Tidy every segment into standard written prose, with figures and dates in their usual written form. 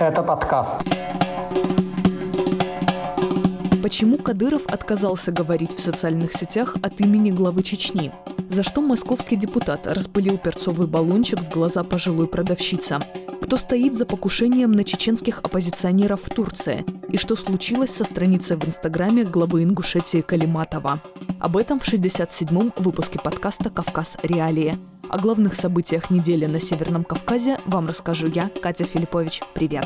Это подкаст. Почему Кадыров отказался говорить в социальных сетях от имени главы Чечни? За что московский депутат распылил перцовый баллончик в глаза пожилой продавщице? Кто стоит за покушением на чеченских оппозиционеров в Турции? И что случилось со страницей в Инстаграме главы Ингушетии Калиматова? Об этом в 67-м выпуске подкаста «Кавказ. Реалии». О главных событиях недели на Северном Кавказе вам расскажу я, Катя Филиппович. Привет!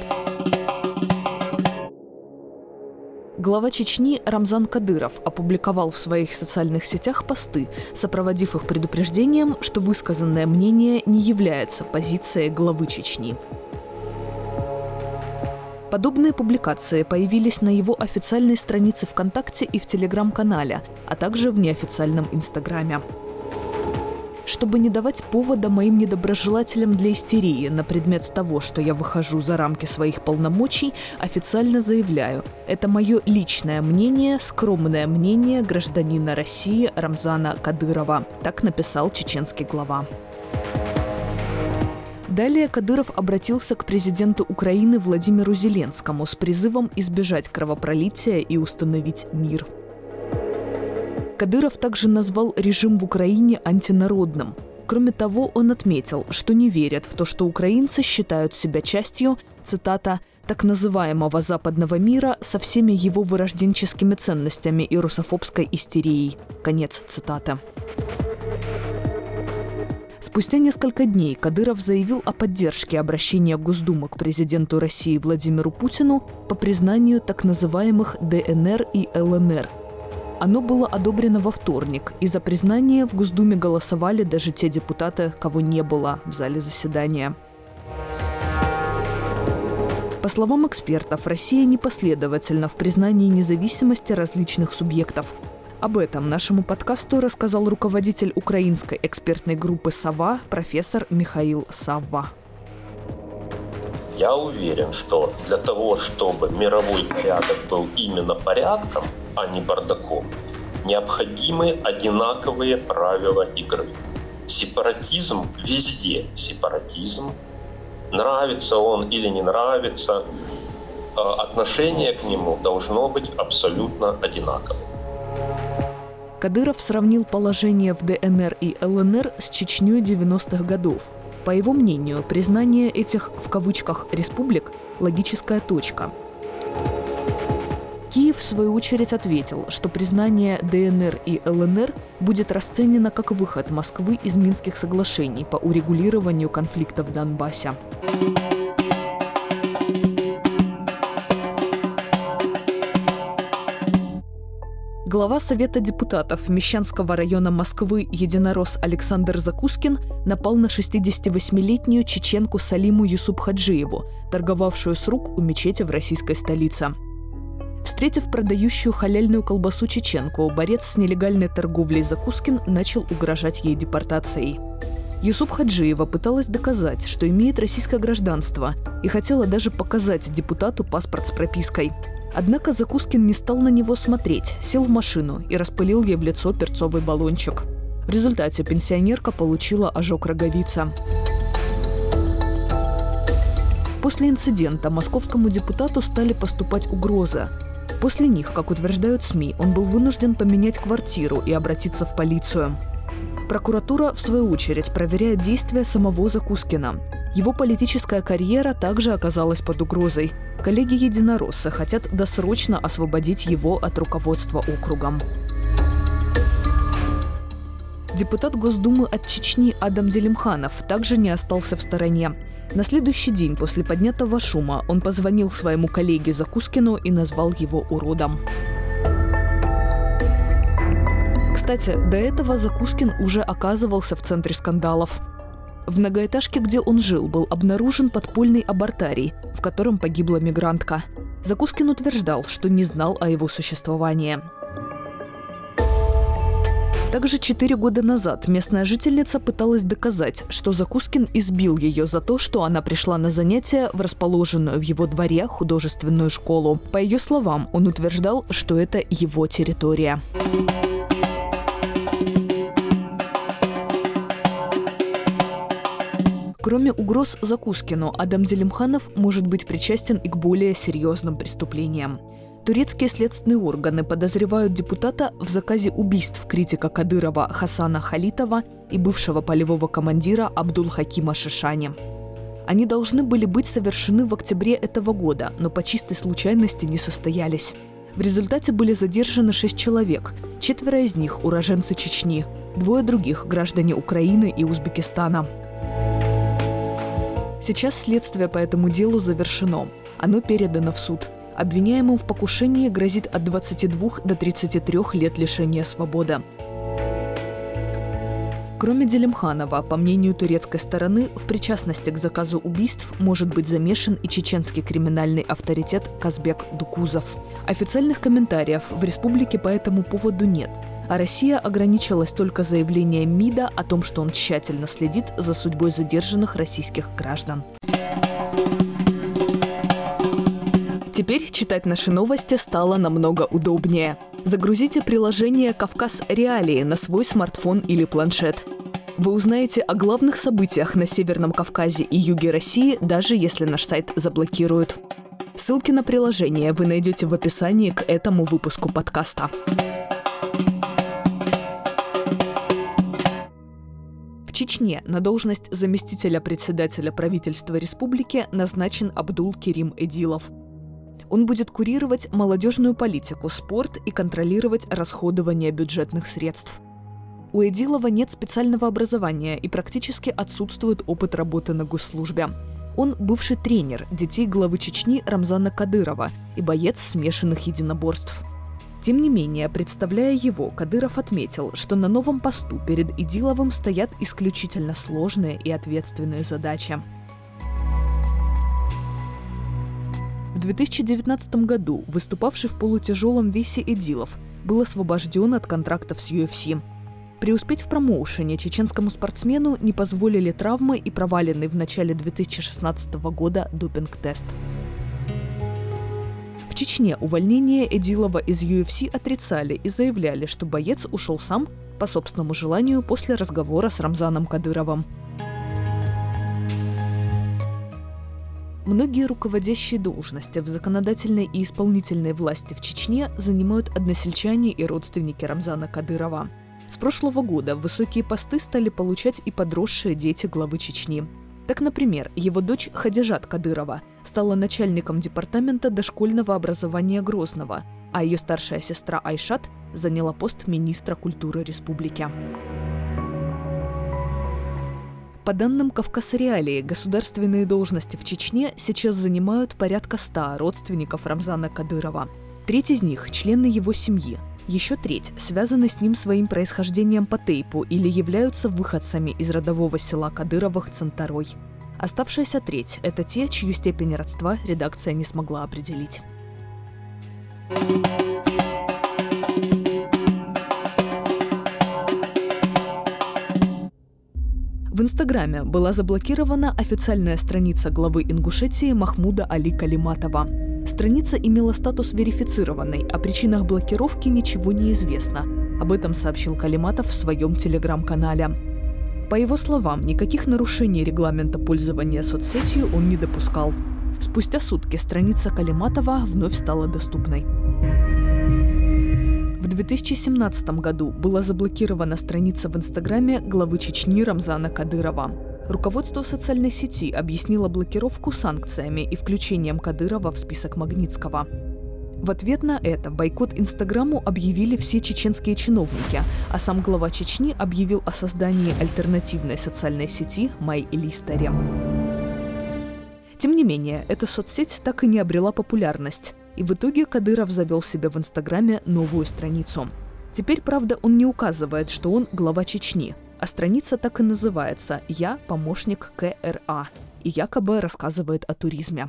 Глава Чечни Рамзан Кадыров опубликовал в своих социальных сетях посты, сопроводив их предупреждением, что высказанное мнение не является позицией главы Чечни. Подобные публикации появились на его официальной странице ВКонтакте и в Телеграм-канале, а также в неофициальном Инстаграме. Чтобы не давать повода моим недоброжелателям для истерии на предмет того, что я выхожу за рамки своих полномочий, официально заявляю, это мое личное мнение, скромное мнение гражданина России Рамзана Кадырова. Так написал чеченский глава. Далее Кадыров обратился к президенту Украины Владимиру Зеленскому с призывом избежать кровопролития и установить мир. Кадыров также назвал режим в Украине антинародным. Кроме того, он отметил, что не верят в то, что украинцы считают себя частью, цитата, «так называемого западного мира со всеми его вырожденческими ценностями и русофобской истерией». Конец цитаты. Спустя несколько дней Кадыров заявил о поддержке обращения Госдумы к президенту России Владимиру Путину по признанию так называемых ДНР и ЛНР. Оно было одобрено во вторник, и за признание в Госдуме голосовали даже те депутаты, кого не было в зале заседания. По словам экспертов, Россия непоследовательна в признании независимости различных субъектов. Об этом нашему подкасту рассказал руководитель украинской экспертной группы «Сова» профессор Михаил Савва. Я уверен, что для того, чтобы мировой порядок был именно порядком, а не бардаком, необходимы одинаковые правила игры. Сепаратизм везде. Сепаратизм. Нравится он или не нравится, отношение к нему должно быть абсолютно одинаковым. Кадыров сравнил положение в ДНР и ЛНР с Чечней 90-х годов. По его мнению, признание этих, в кавычках, республик – логическая точка. Киев, в свою очередь, ответил, что признание ДНР и ЛНР будет расценено как выход Москвы из Минских соглашений по урегулированию конфликта в Донбассе. Глава Совета депутатов Мещанского района Москвы единорос Александр Закускин напал на 68-летнюю чеченку Салиму Юсупхаджиеву, торговавшую с рук у мечети в российской столице. Встретив продающую халяльную колбасу чеченку, борец с нелегальной торговлей Закускин начал угрожать ей депортацией. Юсупхаджиева пыталась доказать, что имеет российское гражданство, и хотела даже показать депутату паспорт с пропиской. Однако Закускин не стал на него смотреть, сел в машину и распылил ей в лицо перцовый баллончик. В результате пенсионерка получила ожог роговицы. После инцидента московскому депутату стали поступать угрозы. После них, как утверждают СМИ, он был вынужден поменять квартиру и обратиться в полицию. Прокуратура, в свою очередь, проверяет действия самого Закускина. Его политическая карьера также оказалась под угрозой. Коллеги-единороссы хотят досрочно освободить его от руководства округом. Депутат Госдумы от Чечни Адам Делимханов также не остался в стороне. На следующий день после поднятого шума он позвонил своему коллеге Закускину и назвал его уродом. Кстати, до этого Закускин уже оказывался в центре скандалов. В многоэтажке, где он жил, был обнаружен подпольный абортарий, в котором погибла мигрантка. Закускин утверждал, что не знал о его существовании. Также 4 года назад местная жительница пыталась доказать, что Закускин избил ее за то, что она пришла на занятия в расположенную в его дворе художественную школу. По ее словам, он утверждал, что это его территория. Кроме Кроме угроз Закускину, Адам Делимханов может быть причастен и к более серьезным преступлениям. Турецкие следственные органы подозревают депутата в заказе убийств критика Кадырова Хасана Халитова и бывшего полевого командира Абдулхакима Шишани. Они должны были быть совершены в октябре этого года, но по чистой случайности не состоялись. В результате были задержаны 6 человек, 4 из них – уроженцы Чечни, 2 других – граждане Украины и Узбекистана. Сейчас следствие по этому делу завершено. Оно передано в суд. Обвиняемым в покушении грозит от 22 до 33 лет лишения свободы. Кроме Делимханова, по мнению турецкой стороны, в причастности к заказу убийств может быть замешан и чеченский криминальный авторитет Казбек Дукузов. Официальных комментариев в республике по этому поводу нет, а Россия ограничилась только заявлением МИДа о том, что он тщательно следит за судьбой задержанных российских граждан. Теперь читать наши новости стало намного удобнее. Загрузите приложение «Кавказ Реалии» на свой смартфон или планшет. Вы узнаете о главных событиях на Северном Кавказе и юге России, даже если наш сайт заблокируют. Ссылки на приложение вы найдете в описании к этому выпуску подкаста. В Чечне на должность заместителя председателя правительства республики назначен Абдул-Керим Эдилов. Он будет курировать молодежную политику, спорт и контролировать расходование бюджетных средств. У Эдилова нет специального образования и практически отсутствует опыт работы на госслужбе. Он бывший тренер детей главы Чечни Рамзана Кадырова и боец смешанных единоборств. Тем не менее, представляя его, Кадыров отметил, что на новом посту перед Эдиловым стоят исключительно сложные и ответственные задачи. В 2019 году выступавший в полутяжелом весе Эдилов был освобожден от контрактов с UFC. Преуспеть в промоушене чеченскому спортсмену не позволили травмы и проваленный в начале 2016 года допинг-тест. В Чечне увольнение Эдилова из UFC отрицали и заявляли, что боец ушел сам по собственному желанию после разговора с Рамзаном Кадыровым. Многие руководящие должности в законодательной и исполнительной власти в Чечне занимают односельчане и родственники Рамзана Кадырова. С прошлого года высокие посты стали получать и подросшие дети главы Чечни. Так, например, его дочь Хадижат Кадырова стала начальником департамента дошкольного образования Грозного, а ее старшая сестра Айшат заняла пост министра культуры республики. По данным «Кавказ Реалии», государственные должности в Чечне сейчас занимают порядка 100 родственников Рамзана Кадырова. Треть из них – члены его семьи. Еще треть связаны с ним своим происхождением по тейпу или являются выходцами из родового села Кадыровых Центарой. Оставшаяся треть – это те, чью степень родства редакция не смогла определить. В Инстаграме была заблокирована официальная страница главы Ингушетии Махмуда Али Калиматова. Страница имела статус верифицированной, о причинах блокировки ничего не известно. Об этом сообщил Калиматов в своем телеграм-канале. По его словам, никаких нарушений регламента пользования соцсетью он не допускал. Спустя сутки страница Калиматова вновь стала доступной. В 2017 году была заблокирована страница в Инстаграме главы Чечни Рамзана Кадырова. Руководство социальной сети объяснило блокировку санкциями и включением Кадырова в список Магнитского. В ответ на это бойкот Инстаграму объявили все чеченские чиновники, а сам глава Чечни объявил о создании альтернативной социальной сети MyListery. Тем не менее, эта соцсеть так и не обрела популярность, и в итоге Кадыров завел себе в Инстаграме новую страницу. Теперь, правда, он не указывает, что он глава Чечни, а страница так и называется «Я помощник КРА» и якобы рассказывает о туризме.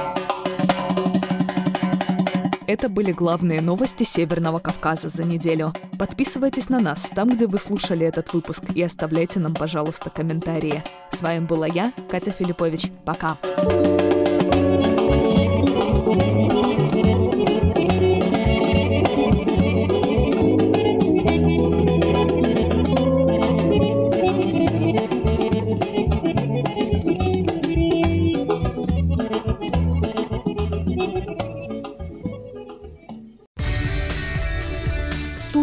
Это были главные новости Северного Кавказа за неделю. Подписывайтесь на нас там, где вы слушали этот выпуск, и оставляйте нам, пожалуйста, комментарии. С вами была я, Катя Филиппович. Пока!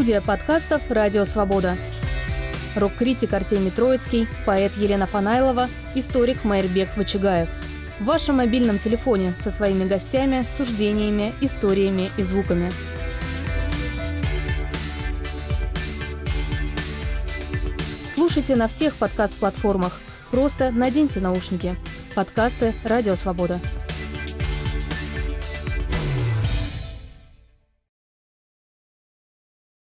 Студия подкастов «Радио Свобода». Рок-критик Артемий Троицкий, поэт Елена Фанайлова, историк Майрбек Вачигаев. В вашем мобильном телефоне со своими гостями, суждениями, историями и звуками. Слушайте на всех подкаст-платформах. Просто наденьте наушники. Подкасты «Радио Свобода».